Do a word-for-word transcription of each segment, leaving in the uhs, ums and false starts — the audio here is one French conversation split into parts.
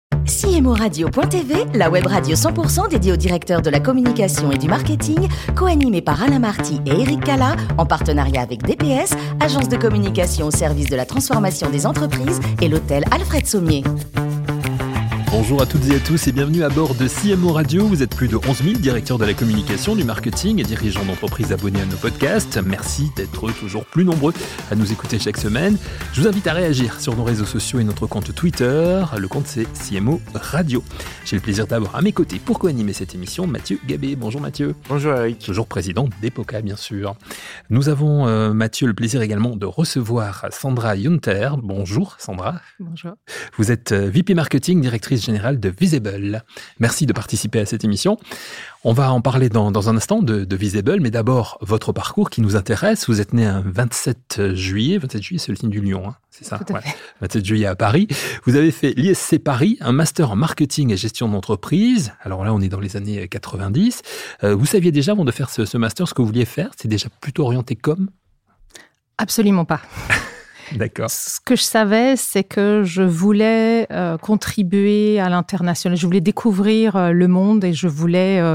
C M O radio point t v, la web radio cent pour cent dédiée aux directeurs de la communication et du marketing, co-animée par Alain Marty et Eric Cala, en partenariat avec D P S, agence de communication au service de la transformation des entreprises, et l'hôtel Alfred Sommier. Bonjour à toutes et à tous et bienvenue à bord de C M O Radio. Vous êtes plus de onze mille directeurs de la communication, du marketing et dirigeants d'entreprises abonnés à nos podcasts. Merci d'être toujours plus nombreux à nous écouter chaque semaine. Je vous invite à réagir sur nos réseaux sociaux et notre compte Twitter. Le compte c'est C M O Radio. J'ai le plaisir d'avoir à mes côtés pour co-animer cette émission Mathieu Gabé. Bonjour Mathieu. Bonjour Eric. Toujours président d'Epoca bien sûr. Nous avons euh, Mathieu le plaisir également de recevoir Sandra Junter. Bonjour Sandra. Bonjour. Vous êtes V P Marketing, directrice générale de Visible. Merci de participer à cette émission. On va en parler dans, dans un instant de, de Visible, mais d'abord votre parcours qui nous intéresse. Vous êtes né un vingt-sept juillet, vingt-sept juillet c'est le signe du lion, hein, c'est ça, Tout à ouais. fait. vingt-sept juillet à Paris. Vous avez fait l'I S C Paris, un master en marketing et gestion d'entreprise. Alors là, on est dans les années quatre-vingt-dix. Euh, vous saviez déjà, avant de faire ce, ce master, ce que vous vouliez faire? C'est déjà plutôt orienté com? Absolument pas. D'accord. Ce que je savais, c'est que je voulais euh, contribuer à l'international. Je voulais découvrir euh, le monde et je voulais euh,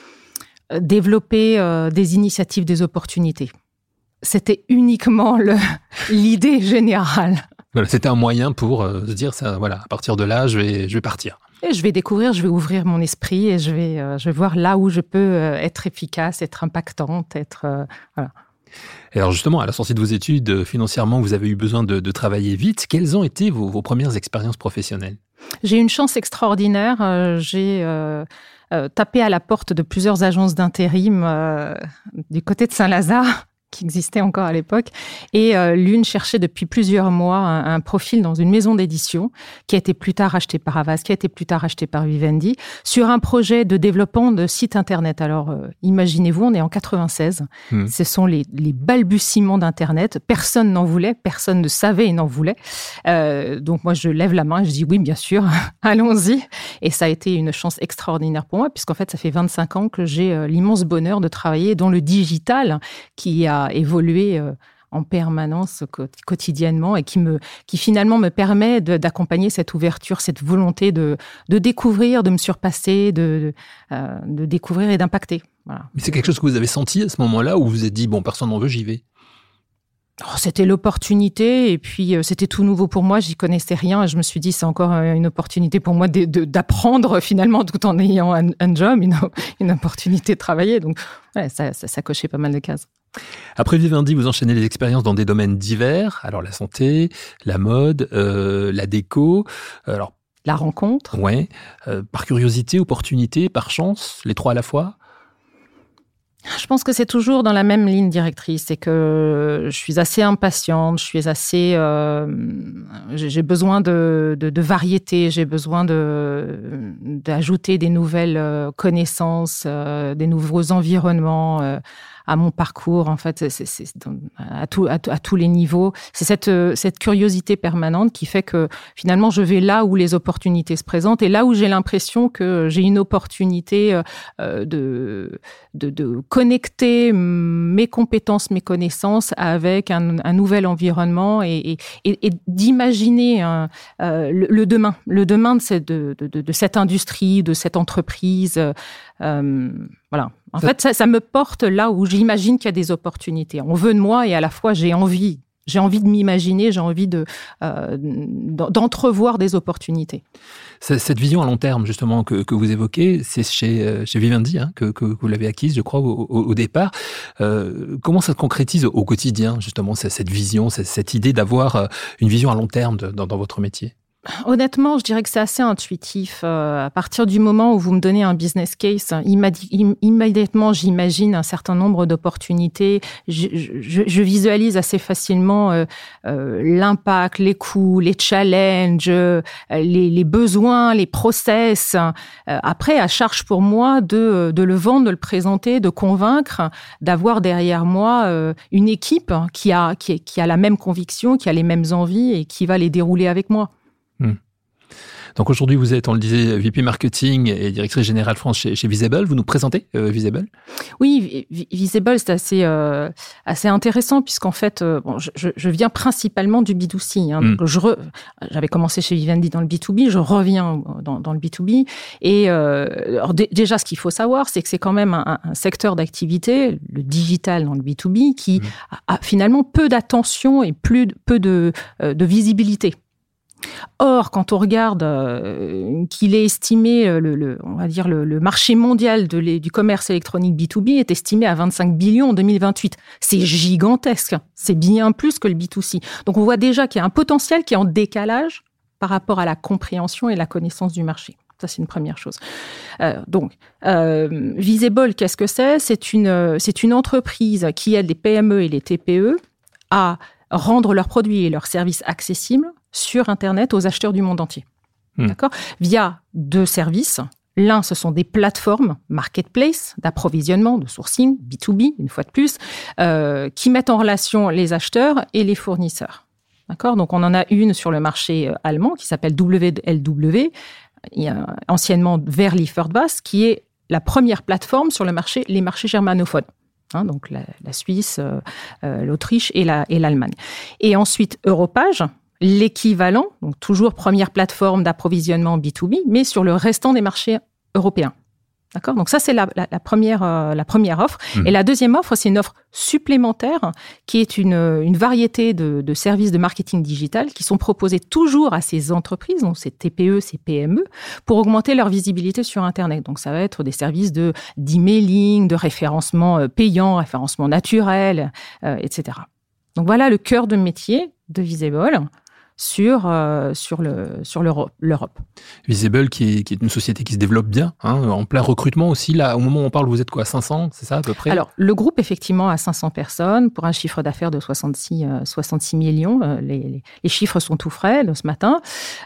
développer euh, des initiatives, des opportunités. C'était uniquement le, l'idée générale. Voilà, c'était un moyen pour euh, se dire, ça, voilà, à partir de là, je vais, je vais partir. Et je vais découvrir, je vais ouvrir mon esprit et je vais, euh, je vais voir là où je peux euh, être efficace, être impactante, être... Euh, voilà. Et alors justement, à la sortie de vos études, financièrement, vous avez eu besoin de, de travailler vite. Quelles ont été vos, vos premières expériences professionnelles? J'ai eu une chance extraordinaire. Euh, j'ai euh, euh, tapé à la porte de plusieurs agences d'intérim euh, du côté de Saint-Lazare, qui existait encore à l'époque. Et euh, l'une cherchait depuis plusieurs mois un, un profil dans une maison d'édition qui a été plus tard acheté par Havas, qui a été plus tard acheté par Vivendi, sur un projet de développement de site Internet. Alors, euh, imaginez-vous, on est en quatre-vingt-seize. Mmh. Ce sont les, les balbutiements d'Internet. Personne n'en voulait, personne ne savait et n'en voulait. Euh, donc, moi, je lève la main et je dis oui, bien sûr, allons-y. Et ça a été une chance extraordinaire pour moi, puisqu'en fait, ça fait vingt-cinq ans que j'ai euh, l'immense bonheur de travailler dans le digital, qui a évoluer euh, en permanence quotidiennement et qui me qui finalement me permet de, d'accompagner cette ouverture, cette volonté de de découvrir, de me surpasser, de de, euh, de découvrir et d'impacter. Voilà. Mais c'est quelque chose que vous avez senti à ce moment-là où vous vous êtes dit bon, personne n'en veut, j'y vais? Oh, c'était l'opportunité et puis euh, c'était tout nouveau pour moi, j'y connaissais rien et je me suis dit c'est encore euh, une opportunité pour moi de, de, d'apprendre finalement tout en ayant un, un job, une, une opportunité de travailler. Donc ouais, ça, ça, ça cochait pas mal de cases. Après Vivendi, vous enchaînez les expériences dans des domaines divers. Alors la santé, la mode, euh, la déco. Alors la rencontre. Ouais. Euh, par curiosité, opportunité, par chance, les trois à la fois. Je pense que c'est toujours dans la même ligne directrice, c'est que je suis assez impatiente, je suis assez, euh, j'ai besoin de, de, de variété, j'ai besoin de d'ajouter des nouvelles connaissances, euh, des nouveaux environnements euh, à mon parcours. En fait, c'est, c'est, c'est à, tout, à, à tous les niveaux. C'est cette, cette curiosité permanente qui fait que finalement je vais là où les opportunités se présentent et là où j'ai l'impression que j'ai une opportunité euh, de, de, de connecter mes compétences, mes connaissances avec un, un nouvel environnement et, et, et d'imaginer un, euh, le, le demain, le demain de cette, de, de, de cette industrie, de cette entreprise. Euh, voilà. En ça... fait, ça, ça me porte là où j'imagine qu'il y a des opportunités. On veut de moi et à la fois j'ai envie. J'ai envie de m'imaginer, j'ai envie de, euh, d'entrevoir des opportunités. Cette vision à long terme, justement, que, que vous évoquez, c'est chez, chez Vivendi hein, que, que vous l'avez acquise, je crois, au, au, au départ. Euh, comment ça se concrétise au quotidien, justement, cette vision, cette idée d'avoir une vision à long terme de, dans, dans votre métier? Honnêtement, je dirais que c'est assez intuitif. Euh, à partir du moment où vous me donnez un business case, immédiatement, j'imagine un certain nombre d'opportunités. Je, je, je visualise assez facilement euh, euh, l'impact, les coûts, les challenges, euh, les, les besoins, les process. Euh, après, à charge pour moi de, de le vendre, de le présenter, de convaincre, d'avoir derrière moi euh, une équipe qui a, qui, qui a la même conviction, qui a les mêmes envies et qui va les dérouler avec moi. Mmh. Donc aujourd'hui, vous êtes, on le disait, V P Marketing et directrice générale France chez, chez Visible. Vous nous présentez euh, Visible ? Oui, Visible, c'est assez, euh, assez intéressant puisqu'en fait, euh, bon, je, je viens principalement du B deux C. Hein, mm. donc je re... J'avais commencé chez Vivendi dans le B deux B, je reviens dans, dans le B deux B. Et euh, alors d- déjà, ce qu'il faut savoir, c'est que c'est quand même un, un secteur d'activité, le digital dans le B deux B, qui mm. a, a finalement peu d'attention et plus, peu de, euh, de visibilité. Or, quand on regarde euh, qu'il est estimé, le, le, on va dire le, le marché mondial de les, du commerce électronique B deux B est estimé à vingt-cinq billions en deux mille vingt-huit. C'est gigantesque, c'est bien plus que le B deux C. Donc on voit déjà qu'il y a un potentiel qui est en décalage par rapport à la compréhension et la connaissance du marché. Ça, c'est une première chose. Euh, donc, euh, Visible, qu'est-ce que c'est ? C'est une, c'est une entreprise qui aide les P M E et les T P E à rendre leurs produits et leurs services accessibles sur Internet aux acheteurs du monde entier. Mmh. D'accord ? Via deux services. L'un, ce sont des plateformes marketplace d'approvisionnement, de sourcing, B deux B, une fois de plus, euh, qui mettent en relation les acheteurs et les fournisseurs. D'accord ? Donc, on en a une sur le marché allemand qui s'appelle W L W, il y a anciennement Verliefertwas, qui est la première plateforme sur le marché, les marchés germanophones. Hein, donc, la, la Suisse, euh, l'Autriche et, la, et l'Allemagne. Et ensuite, Europage, l'équivalent, donc toujours première plateforme d'approvisionnement B deux B, mais sur le restant des marchés européens. D'accord ? Donc ça, c'est la, la, la, première, euh, la première offre. Mmh. Et la deuxième offre, c'est une offre supplémentaire qui est une, une variété de, de services de marketing digital qui sont proposés toujours à ces entreprises, donc ces T P E, ces P M E, pour augmenter leur visibilité sur Internet. Donc ça va être des services de, d'emailing, de référencement payant, référencement naturel, euh, et cetera. Donc voilà le cœur de métier de Visible sur, euh, sur, le, sur l'Europe, l'Europe. Visible, qui est, qui est une société qui se développe bien, hein, en plein recrutement aussi. Là, au moment où on parle, vous êtes quoi, cinq cents, c'est ça à peu près ? Alors, le groupe, effectivement, a cinq cents personnes pour un chiffre d'affaires de soixante-six, euh, soixante-six millions. Euh, les, les, les chiffres sont tout frais de ce matin.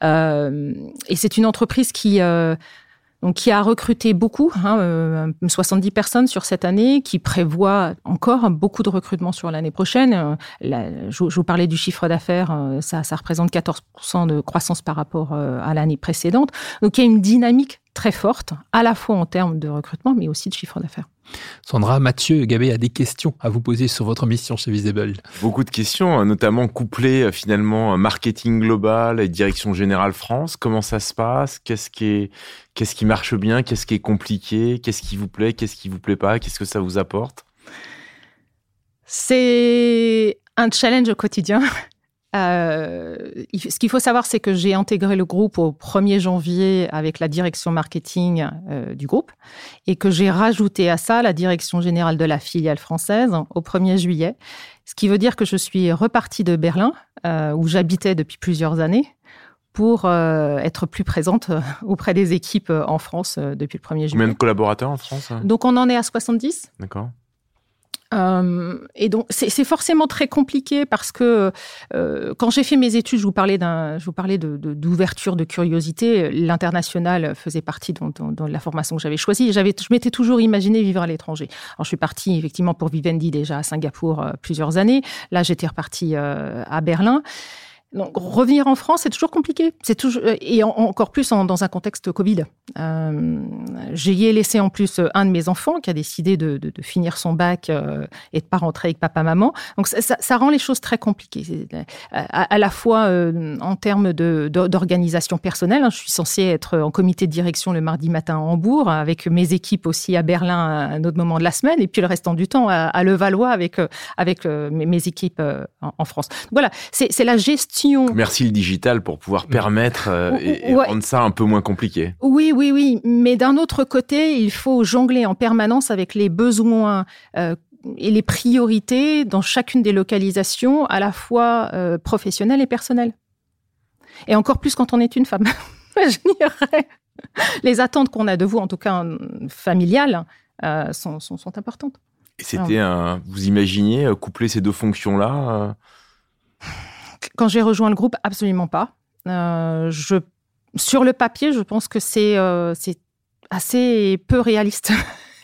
Euh, et c'est une entreprise qui... Euh, Donc, qui a recruté beaucoup, hein, euh, soixante-dix personnes sur cette année, qui prévoit encore beaucoup de recrutements sur l'année prochaine. Euh, la, je, je vous parlais du chiffre d'affaires, euh, ça, ça représente quatorze pour cent de croissance par rapport euh, à l'année précédente. Donc, il y a une dynamique très forte, à la fois en termes de recrutement, mais aussi de chiffre d'affaires. Sandra, Mathieu Gabé a des questions à vous poser sur votre mission chez Visible. Beaucoup de questions, notamment couplées finalement marketing global et direction générale France. Comment ça se passe ? Qu'est-ce qui est, qu'est-ce qui marche bien ? Qu'est-ce qui est compliqué ? Qu'est-ce qui vous plaît ? Qu'est-ce qui vous plaît pas ? Qu'est-ce que ça vous apporte ? C'est un challenge au quotidien. Euh, ce qu'il faut savoir, c'est que j'ai intégré le groupe au premier janvier avec la direction marketing euh, du groupe et que j'ai rajouté à ça la direction générale de la filiale française au premier juillet. Ce qui veut dire que je suis repartie de Berlin, euh, où j'habitais depuis plusieurs années, pour euh, être plus présente auprès des équipes en France euh, depuis le premier juillet. Combien de collaborateurs en France ? Donc, on en est à soixante-dix. D'accord. Euh, et donc, c'est, c'est forcément très compliqué parce que euh, quand j'ai fait mes études, je vous parlais, d'un, je vous parlais de, de, d'ouverture, de curiosité. L'international faisait partie de, de, de la formation que j'avais choisie. J'avais, je m'étais toujours imaginé vivre à l'étranger. Alors, je suis partie effectivement pour Vivendi déjà à Singapour euh, plusieurs années. Là, j'étais repartie euh, à Berlin. Donc, revenir en France, c'est toujours compliqué. C'est toujours, et en, encore plus en, dans un contexte Covid. Euh, j'y ai laissé en plus un de mes enfants qui a décidé de, de, de finir son bac euh, et de pas rentrer avec papa-maman. Donc, ça, ça, ça rend les choses très compliquées. À, à la fois euh, en termes de, de, d'organisation personnelle. Hein, je suis censée être en comité de direction le mardi matin à Hambourg, avec mes équipes aussi à Berlin à un autre moment de la semaine, et puis le restant du temps à, à Levallois avec, avec euh, mes, mes équipes euh, en, en France. Donc, voilà, c'est, c'est la gestion. Merci le digital pour pouvoir permettre euh, et, et ouais. rendre ça un peu moins compliqué. Oui, oui, oui. Mais d'un autre côté, il faut jongler en permanence avec les besoins euh, et les priorités dans chacune des localisations, à la fois euh, professionnelles et personnelles. Et encore plus quand on est une femme. Je n'irais. Les attentes qu'on a de vous, en tout cas familiales, euh, sont, sont, sont importantes. Et c'était un... Vous imaginiez coupler ces deux fonctions-là euh... Quand j'ai rejoint le groupe, absolument pas. Euh, je, sur le papier, je pense que c'est, euh, c'est assez peu réaliste.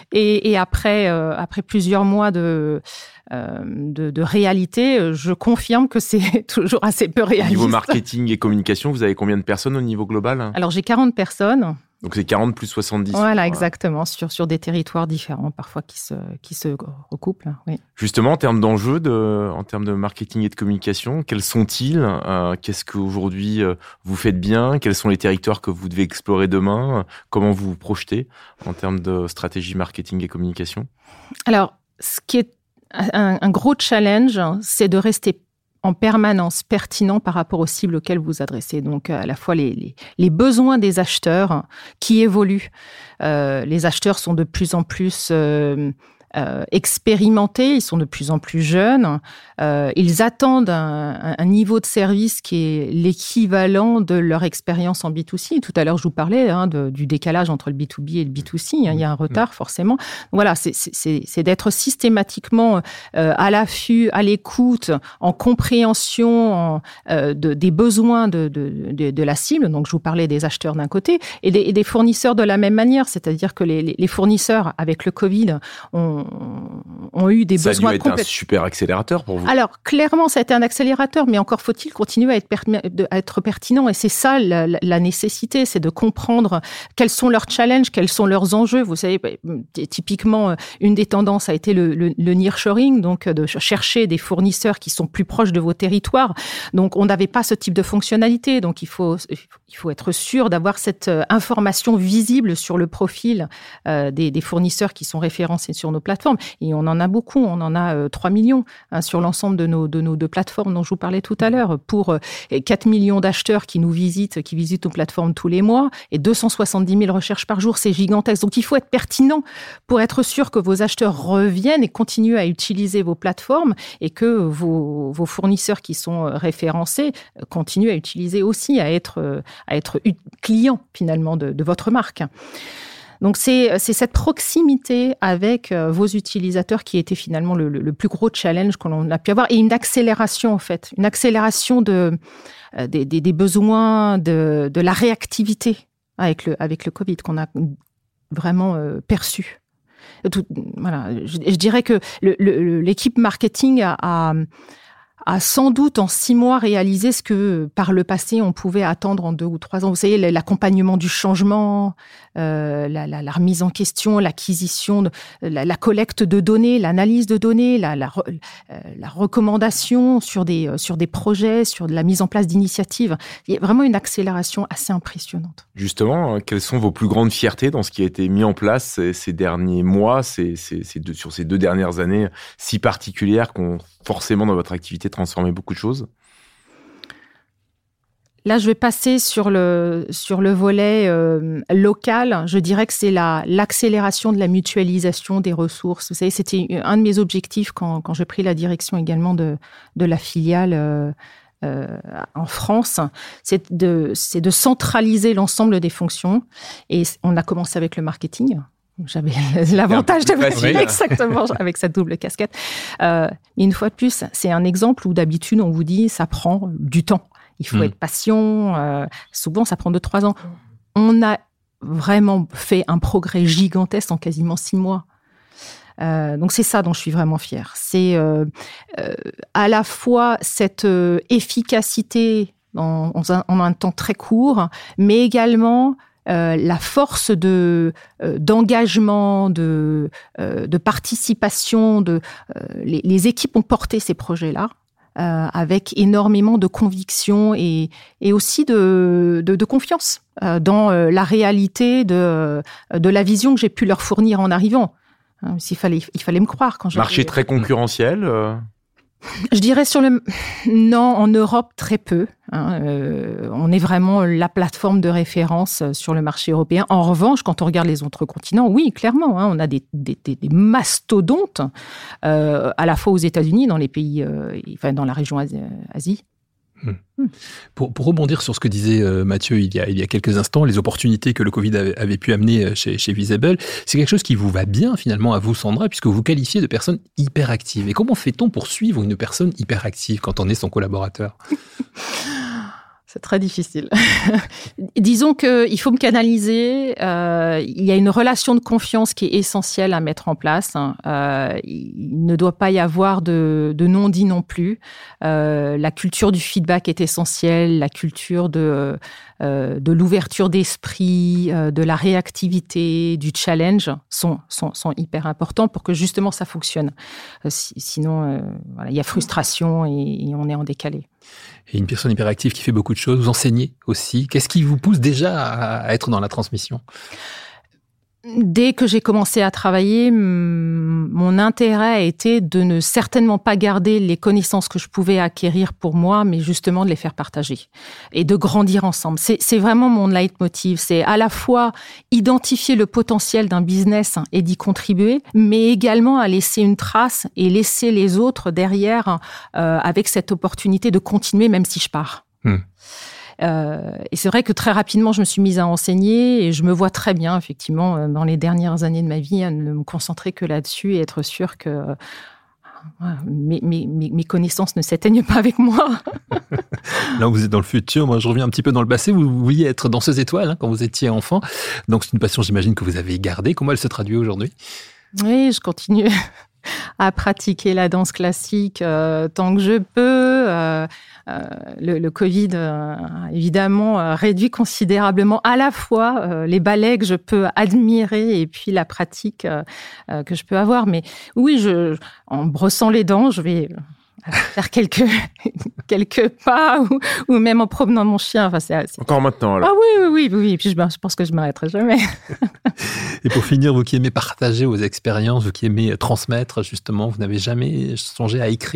Et, et après, euh, après plusieurs mois de, euh, de, de réalité, je confirme que c'est toujours assez peu réaliste. Au niveau marketing et communication, vous avez combien de personnes au niveau global ? Alors, j'ai quarante personnes. Donc, c'est quarante plus soixante-dix. Voilà, voilà. Exactement, sur, sur des territoires différents, parfois qui se, qui se recouplent. Oui. Justement, en termes d'enjeux, de, en termes de marketing et de communication, quels sont-ils ? euh, Qu'est-ce qu'aujourd'hui euh, vous faites bien ? Quels sont les territoires que vous devez explorer demain ? Comment vous vous projetez en termes de stratégie marketing et communication ? Alors, ce qui est un, un gros challenge, c'est de rester en permanence pertinent par rapport aux cibles auxquelles vous vous adressez. Donc, à la fois les, les, les besoins des acheteurs qui évoluent. Euh, les acheteurs sont de plus en plus euh, euh, expérimentés, ils sont de plus en plus jeunes. Euh, ils attendent un, un niveau de service qui est l'équivalent de leur expérience en B deux C. Tout à l'heure, je vous parlais hein, de, du décalage entre le B deux B et le B deux C. Hein, il y a un retard, forcément. Donc, voilà, c'est, c'est, c'est d'être systématiquement euh, à l'affût, à l'écoute, en compréhension en, euh, de, des besoins de, de, de, de la cible. Donc, je vous parlais des acheteurs d'un côté et des, et des fournisseurs de la même manière. C'est-à-dire que les, les fournisseurs, avec le Covid, ont, ont eu des ça besoins complètement... Ça a dû être un super accélérateur pour vous. Alors, clairement, ça a été un accélérateur, mais encore faut-il continuer à être, per- à être pertinent. Et c'est ça, la, la nécessité, c'est de comprendre quels sont leurs challenges, quels sont leurs enjeux. Vous savez, typiquement, une des tendances a été le, le, le nearshoring, donc de chercher des fournisseurs qui sont plus proches de vos territoires. Donc, on n'avait pas ce type de fonctionnalité. Donc, il faut, il faut être sûr d'avoir cette information visible sur le profil euh, des, des fournisseurs qui sont référencés sur nos plateformes. Et on en a beaucoup, on en a euh, trois millions hein, sur l'ensemble de nos, de nos de plateformes dont je vous parlais tout à l'heure, pour quatre millions d'acheteurs qui nous visitent, qui visitent nos plateformes tous les mois, et deux cent soixante-dix mille recherches par jour, c'est gigantesque. Donc, il faut être pertinent pour être sûr que vos acheteurs reviennent et continuent à utiliser vos plateformes et que vos, vos fournisseurs qui sont référencés continuent à utiliser aussi, à être, à être clients, finalement, de, de votre marque. Donc, c'est, c'est cette proximité avec euh, vos utilisateurs qui était finalement le, le, le plus gros challenge qu'on a pu avoir, et une accélération, en fait, une accélération de, euh, des, des, des besoins, de, de la réactivité avec le, avec le Covid qu'on a vraiment euh, perçu. Tout, voilà, je, je dirais que le, le, l'équipe marketing a, a a sans doute en six mois réalisé ce que par le passé on pouvait attendre en deux ou trois ans. Vous savez, l'accompagnement du changement, euh, la, la, la remise en question, l'acquisition, de, la, la collecte de données, l'analyse de données, la, la, la recommandation sur des, sur des projets, sur de la mise en place d'initiatives. Il y a vraiment une accélération assez impressionnante. Justement, quelles sont vos plus grandes fiertés dans ce qui a été mis en place ces, ces derniers mois, ces, ces, ces deux, sur ces deux dernières années si particulières qu'on forcément dans votre activité transformer beaucoup de choses? Là, je vais passer sur le, sur le volet euh, local. Je dirais que c'est la, l'accélération de la mutualisation des ressources. Vous savez, c'était un de mes objectifs quand, quand j'ai pris la direction également de, de la filiale euh, euh, en France. C'est de, c'est de centraliser l'ensemble des fonctions. Et on a commencé avec le marketing. J'avais l'avantage de facile. Exactement avec cette double casquette. Euh, mais une fois de plus, c'est un exemple où d'habitude on vous dit ça prend du temps. Il faut mmh. être patient. Euh, souvent, ça prend deux trois ans. On a vraiment fait un progrès gigantesque en quasiment six mois. Euh, donc c'est ça dont je suis vraiment fière. C'est euh, euh, à la fois cette euh, efficacité en, en, un, en un temps très court, mais également Euh, la force de euh, d'engagement, de euh, de participation, de euh, les, les équipes ont porté ces projets-là euh, avec énormément de conviction et et aussi de de, de confiance euh, dans euh, la réalité de de la vision que j'ai pu leur fournir en arrivant. Hein, s'il fallait il fallait me croire quand j'ai marché très concurrentiel. Euh... Je dirais sur le non en Europe très peu. Hein, euh, on est vraiment la plateforme de référence sur le marché européen. En revanche, quand on regarde les autres continents, oui, clairement, hein, on a des, des, des, des mastodontes euh, à la fois aux États-Unis, dans les pays, euh, enfin dans la région Asie. Asie. Mmh. Mmh. Pour, pour rebondir sur ce que disait euh, Mathieu il y, a, il y a quelques instants, les opportunités que le Covid avait, avait pu amener chez, chez Visible, c'est quelque chose qui vous va bien finalement à vous, Sandra, puisque vous qualifiez de personne hyperactive. Et comment fait-on pour suivre une personne hyperactive quand on est son collaborateur ? C'est très difficile. Disons qu'il faut me canaliser. Euh, il y a une relation de confiance qui est essentielle à mettre en place. Hein. Euh, il ne doit pas y avoir de, de non-dit non plus. Euh, la culture du feedback est essentielle. La culture de, euh, de l'ouverture d'esprit, euh, de la réactivité, du challenge sont, sont, sont hyper importants pour que justement ça fonctionne. Euh, si, sinon, euh, voilà, il y a frustration et, et on est en décalé. Et une personne hyperactive qui fait beaucoup de choses, vous enseignez aussi. Qu'est-ce qui vous pousse déjà à être dans la transmission ? Dès que j'ai commencé à travailler, mon intérêt a été de ne certainement pas garder les connaissances que je pouvais acquérir pour moi, mais justement de les faire partager et de grandir ensemble. C'est, c'est vraiment mon leitmotiv. C'est à la fois identifier le potentiel d'un business et d'y contribuer, mais également à laisser une trace et laisser les autres derrière euh, avec cette opportunité de continuer même si je pars. Mmh. Euh, et c'est vrai que très rapidement, je me suis mise à enseigner et je me vois très bien, effectivement, dans les dernières années de ma vie, à ne me concentrer que là-dessus et être sûre que euh, mes, mes, mes connaissances ne s'éteignent pas avec moi. Là, vous êtes dans le futur. Moi, je reviens un petit peu dans le passé. Vous vouliez être danseuse étoile hein, quand vous étiez enfant. Donc, c'est une passion, j'imagine, que vous avez gardée. Comment elle se traduit aujourd'hui ? Oui, je continue à pratiquer la danse classique euh, tant que je peux. Euh, euh, le, le Covid euh, a évidemment euh, réduit considérablement à la fois euh, les ballets que je peux admirer et puis la pratique euh, euh, que je peux avoir. Mais oui, je, en brossant les dents, je vais faire quelques, quelques pas ou, ou même en promenant mon chien. Enfin, c'est, c'est... Encore maintenant, alors. Ah oui, oui, oui. oui. Et puis je, je pense que je ne m'arrêterai jamais. Et pour finir, vous qui aimez partager vos expériences, vous qui aimez transmettre, justement, vous n'avez jamais songé à écrire ?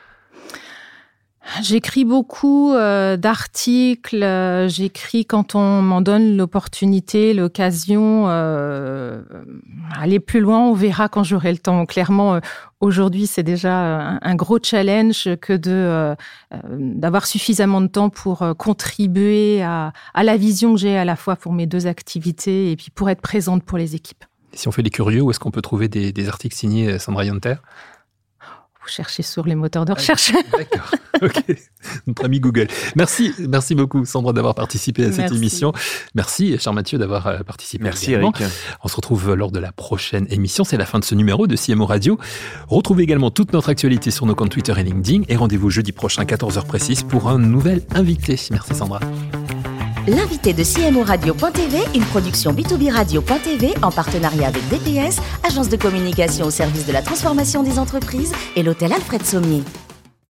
J'écris beaucoup euh, d'articles, euh, j'écris quand on m'en donne l'opportunité, l'occasion. Euh, aller plus loin, on verra quand j'aurai le temps. Clairement, euh, aujourd'hui, c'est déjà un, un gros challenge que de euh, d'avoir suffisamment de temps pour euh, contribuer à, à la vision que j'ai à la fois pour mes deux activités et puis pour être présente pour les équipes. Et si on fait les curieux, où est-ce qu'on peut trouver des, des articles signés Sandra Yonter ? Vous cherchez sur les moteurs de recherche. D'accord, ok. Notre ami Google. Merci, merci beaucoup Sandra d'avoir participé à cette merci. émission. Merci cher Mathieu d'avoir participé. Merci également. Eric. On se retrouve lors de la prochaine émission. C'est la fin de ce numéro de C M O Radio. Retrouvez également toute notre actualité sur nos comptes Twitter et LinkedIn et rendez-vous jeudi prochain quatorze heures précise pour un nouvel invité. Merci Sandra. L'invité de C M O Radio point T V, une production B deux B Radio point T V en partenariat avec D P S, agence de communication au service de la transformation des entreprises et l'hôtel Alfred Sommier.